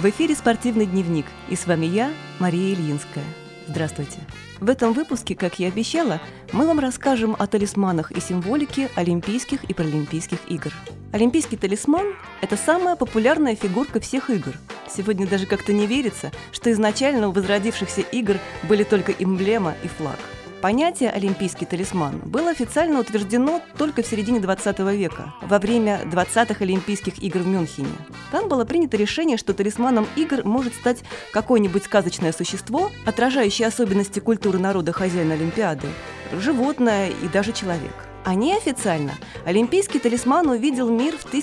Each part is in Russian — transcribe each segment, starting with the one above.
В эфире «Спортивный дневник», и с вами я, Мария Ильинская. Здравствуйте. В этом выпуске, как я обещала, мы вам расскажем о талисманах и символике Олимпийских и Паралимпийских игр. Олимпийский талисман – это самая популярная фигурка всех игр. Сегодня даже как-то не верится, что изначально у возродившихся игр были только эмблема и флаг. Понятие «олимпийский талисман» было официально утверждено только в середине 20 века, во время 20-х Олимпийских игр в Мюнхене. Там было принято решение, что талисманом игр может стать какое-нибудь сказочное существо, отражающее особенности культуры народа хозяина Олимпиады, животное и даже человек. А неофициально олимпийский талисман увидел мир в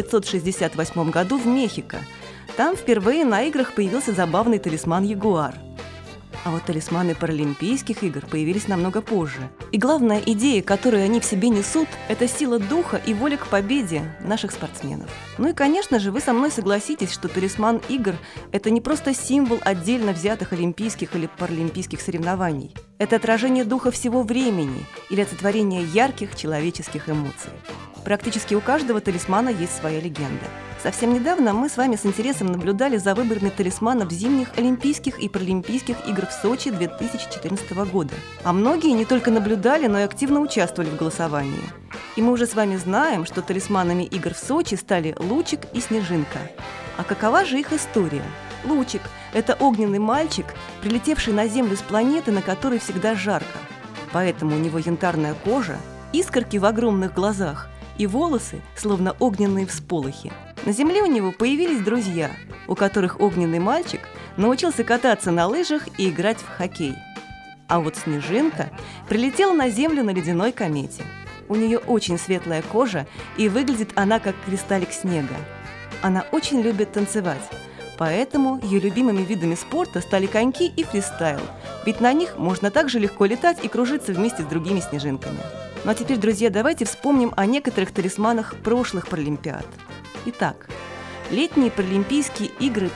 1968 году в Мехико. Там впервые на играх появился забавный талисман «Ягуар». А вот талисманы Паралимпийских игр появились намного позже. И главная идея, которую они в себе несут, это сила духа и воля к победе наших спортсменов. Ну и, конечно же, вы со мной согласитесь, что талисман игр – это не просто символ отдельно взятых олимпийских или паралимпийских соревнований. Это отражение духа всего времени или олицетворение ярких человеческих эмоций. Практически у каждого талисмана есть своя легенда. Совсем недавно мы с вами с интересом наблюдали за выборами талисманов зимних Олимпийских и Паралимпийских игр в Сочи 2014 года. А многие не только наблюдали, но и активно участвовали в голосовании. И мы уже с вами знаем, что талисманами игр в Сочи стали Лучик и Снежинка. А какова же их история? Лучик – это огненный мальчик, прилетевший на Землю с планеты, на которой всегда жарко. Поэтому у него янтарная кожа, искорки в огромных глазах и волосы, словно огненные всполохи. На Земле у него появились друзья, у которых огненный мальчик научился кататься на лыжах и играть в хоккей. А вот Снежинка прилетела на Землю на ледяной комете. У нее очень светлая кожа, и выглядит она как кристаллик снега. Она очень любит танцевать, поэтому ее любимыми видами спорта стали коньки и фристайл, ведь на них можно также легко летать и кружиться вместе с другими снежинками. Ну а теперь, друзья, давайте вспомним о некоторых талисманах прошлых Паралимпиад. Итак, летние Паралимпийские игры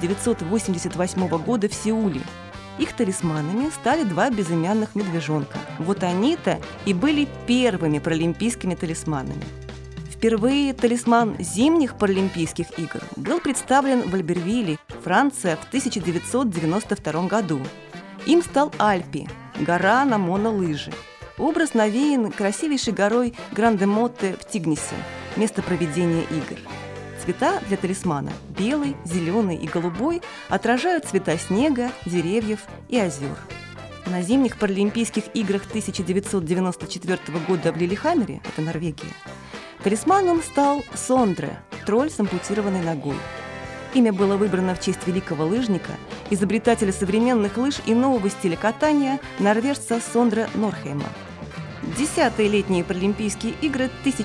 1988 года в Сеуле. Их талисманами стали два безымянных медвежонка. Вот они-то и были первыми паралимпийскими талисманами. Впервые талисман зимних Паралимпийских игр был представлен в Альбервилле, Франция, в 1992 году. Им стал Альпи – гора на монолыжи. Образ навеян красивейшей горой Гранде-Мотте в Тигнисе, место проведения игр. Цвета для талисмана – белый, зеленый и голубой – отражают цвета снега, деревьев и озер. На зимних Паралимпийских играх 1994 года в Лилихаммере, это Норвегия, талисманом стал Сондре – тролль с ампутированной ногой. Имя было выбрано в честь великого лыжника, изобретателя современных лыж и нового стиля катания, норвежца Сондре Норхейма. 10-е летние Паралимпийские игры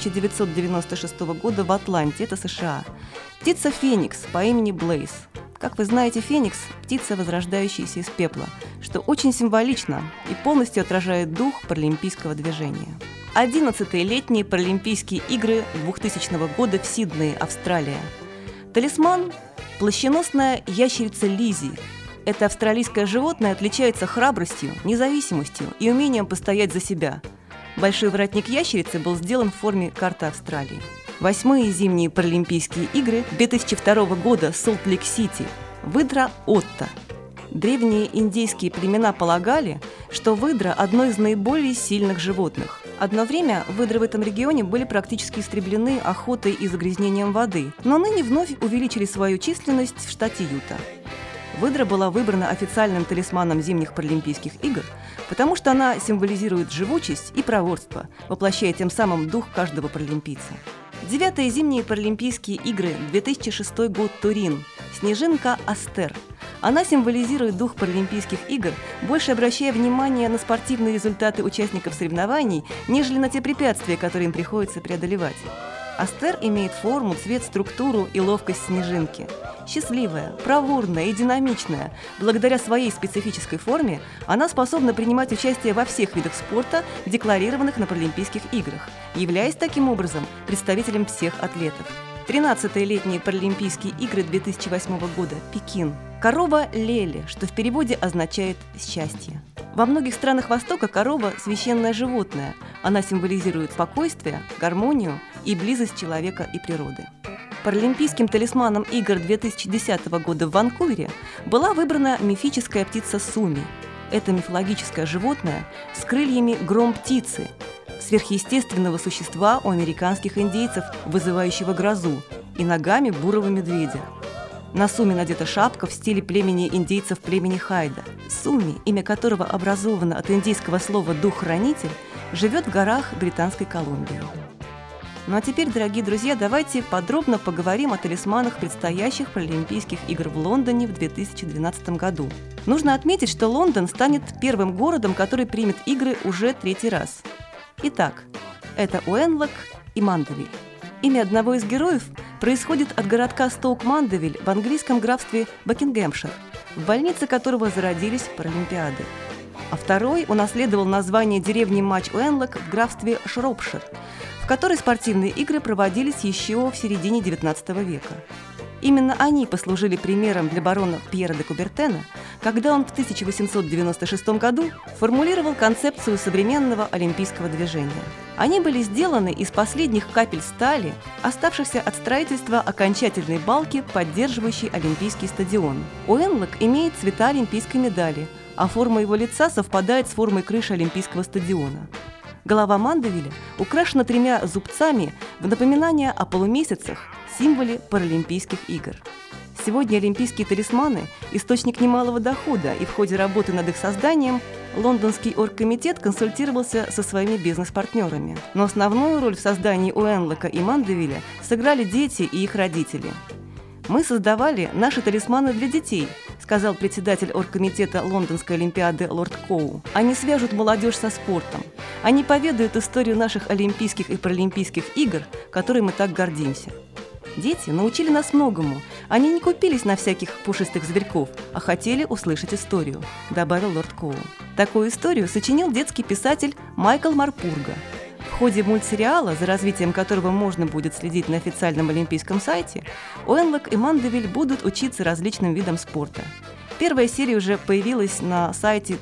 1996 года в Атланте, это США. Птица Феникс по имени Блейз. Как вы знаете, Феникс – птица, возрождающаяся из пепла, что очень символично и полностью отражает дух паралимпийского движения. 11-е летние Паралимпийские игры 2000 года в Сиднее, Австралия. Талисман – плащеносная ящерица Лизи. Это австралийское животное отличается храбростью, независимостью и умением постоять за себя. Большой воротник ящерицы был сделан в форме карты Австралии. 8-е зимние Паралимпийские игры 2002 года Солт-Лейк-Сити. Выдра Отто. Древние индейские племена полагали, что выдра – одно из наиболее сильных животных. Одно время выдры в этом регионе были практически истреблены охотой и загрязнением воды, но ныне вновь увеличили свою численность в штате Юта. Выдра была выбрана официальным талисманом зимних Паралимпийских игр, потому что она символизирует живучесть и проворство, воплощая тем самым дух каждого паралимпийца. 9-е зимние Паралимпийские игры 2006 год Турин. Снежинка Астер. Она символизирует дух Паралимпийских игр, больше обращая внимание на спортивные результаты участников соревнований, нежели на те препятствия, которые им приходится преодолевать. Астер имеет форму, цвет, структуру и ловкость снежинки. Счастливая, проворная и динамичная, благодаря своей специфической форме, она способна принимать участие во всех видах спорта, декларированных на Паралимпийских играх, являясь таким образом представителем всех атлетов. 13-е летние Паралимпийские игры 2008 года, Пекин. Корова Леле, что в переводе означает «счастье». Во многих странах Востока корова – священное животное. Она символизирует спокойствие, гармонию и близость человека и природы. Паралимпийским талисманом игр 2010 года в Ванкувере была выбрана мифическая птица Суми. Это мифологическое животное с крыльями гром-птицы, сверхъестественного существа у американских индейцев, вызывающего грозу, и ногами бурого медведя. На Суми надета шапка в стиле племени индейцев племени Хайда. Суми, имя которого образовано от индийского слова «дух-хранитель», живет в горах Британской Колумбии. Ну а теперь, дорогие друзья, давайте подробно поговорим о талисманах предстоящих Паралимпийских игр в Лондоне в 2012 году. Нужно отметить, что Лондон станет первым городом, который примет игры уже третий раз. Итак, это Уэнлок и Мандевиль. Имя одного из героев происходит от городка Стоук-Мандевиль в английском графстве Букингемшир, в больнице которого зародились Паралимпиады. А второй унаследовал название деревни Мач-Уэнлок в графстве Шропшир, в которой спортивные игры проводились еще в середине XIX века. Именно они послужили примером для барона Пьера де Кубертена, когда он в 1896 году формулировал концепцию современного олимпийского движения. Они были сделаны из последних капель стали, оставшихся от строительства окончательной балки, поддерживающей Олимпийский стадион. Уэнлок имеет цвета олимпийской медали, а форма его лица совпадает с формой крыши Олимпийского стадиона. Голова Мандевиля украшена 3 зубцами в напоминание о полумесяцах, символе Паралимпийских игр. Сегодня олимпийские талисманы – источник немалого дохода, и в ходе работы над их созданием Лондонский оргкомитет консультировался со своими бизнес-партнерами. Но основную роль в создании Уэнлока и Мандевиля сыграли дети и их родители. «Мы создавали наши талисманы для детей», – сказал председатель оргкомитета Лондонской олимпиады лорд Коу. «Они свяжут молодежь со спортом. Они поведают историю наших Олимпийских и Паралимпийских игр, которой мы так гордимся. Дети научили нас многому. Они не купились на всяких пушистых зверьков, а хотели услышать историю», – добавил лорд Коу. Такую историю сочинил детский писатель Майкл Марпурга. В ходе мультсериала, за развитием которого можно будет следить на официальном олимпийском сайте, Уэнлок и Мандевиль будут учиться различным видам спорта. Первая серия уже появилась на сайте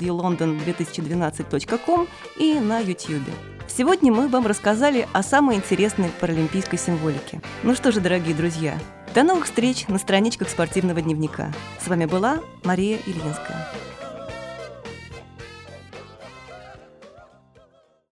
www.london2012.com и на YouTube. Сегодня мы вам рассказали о самой интересной паралимпийской символике. Ну что же, дорогие друзья, до новых встреч на страничках спортивного дневника. С вами была Мария Ильинская.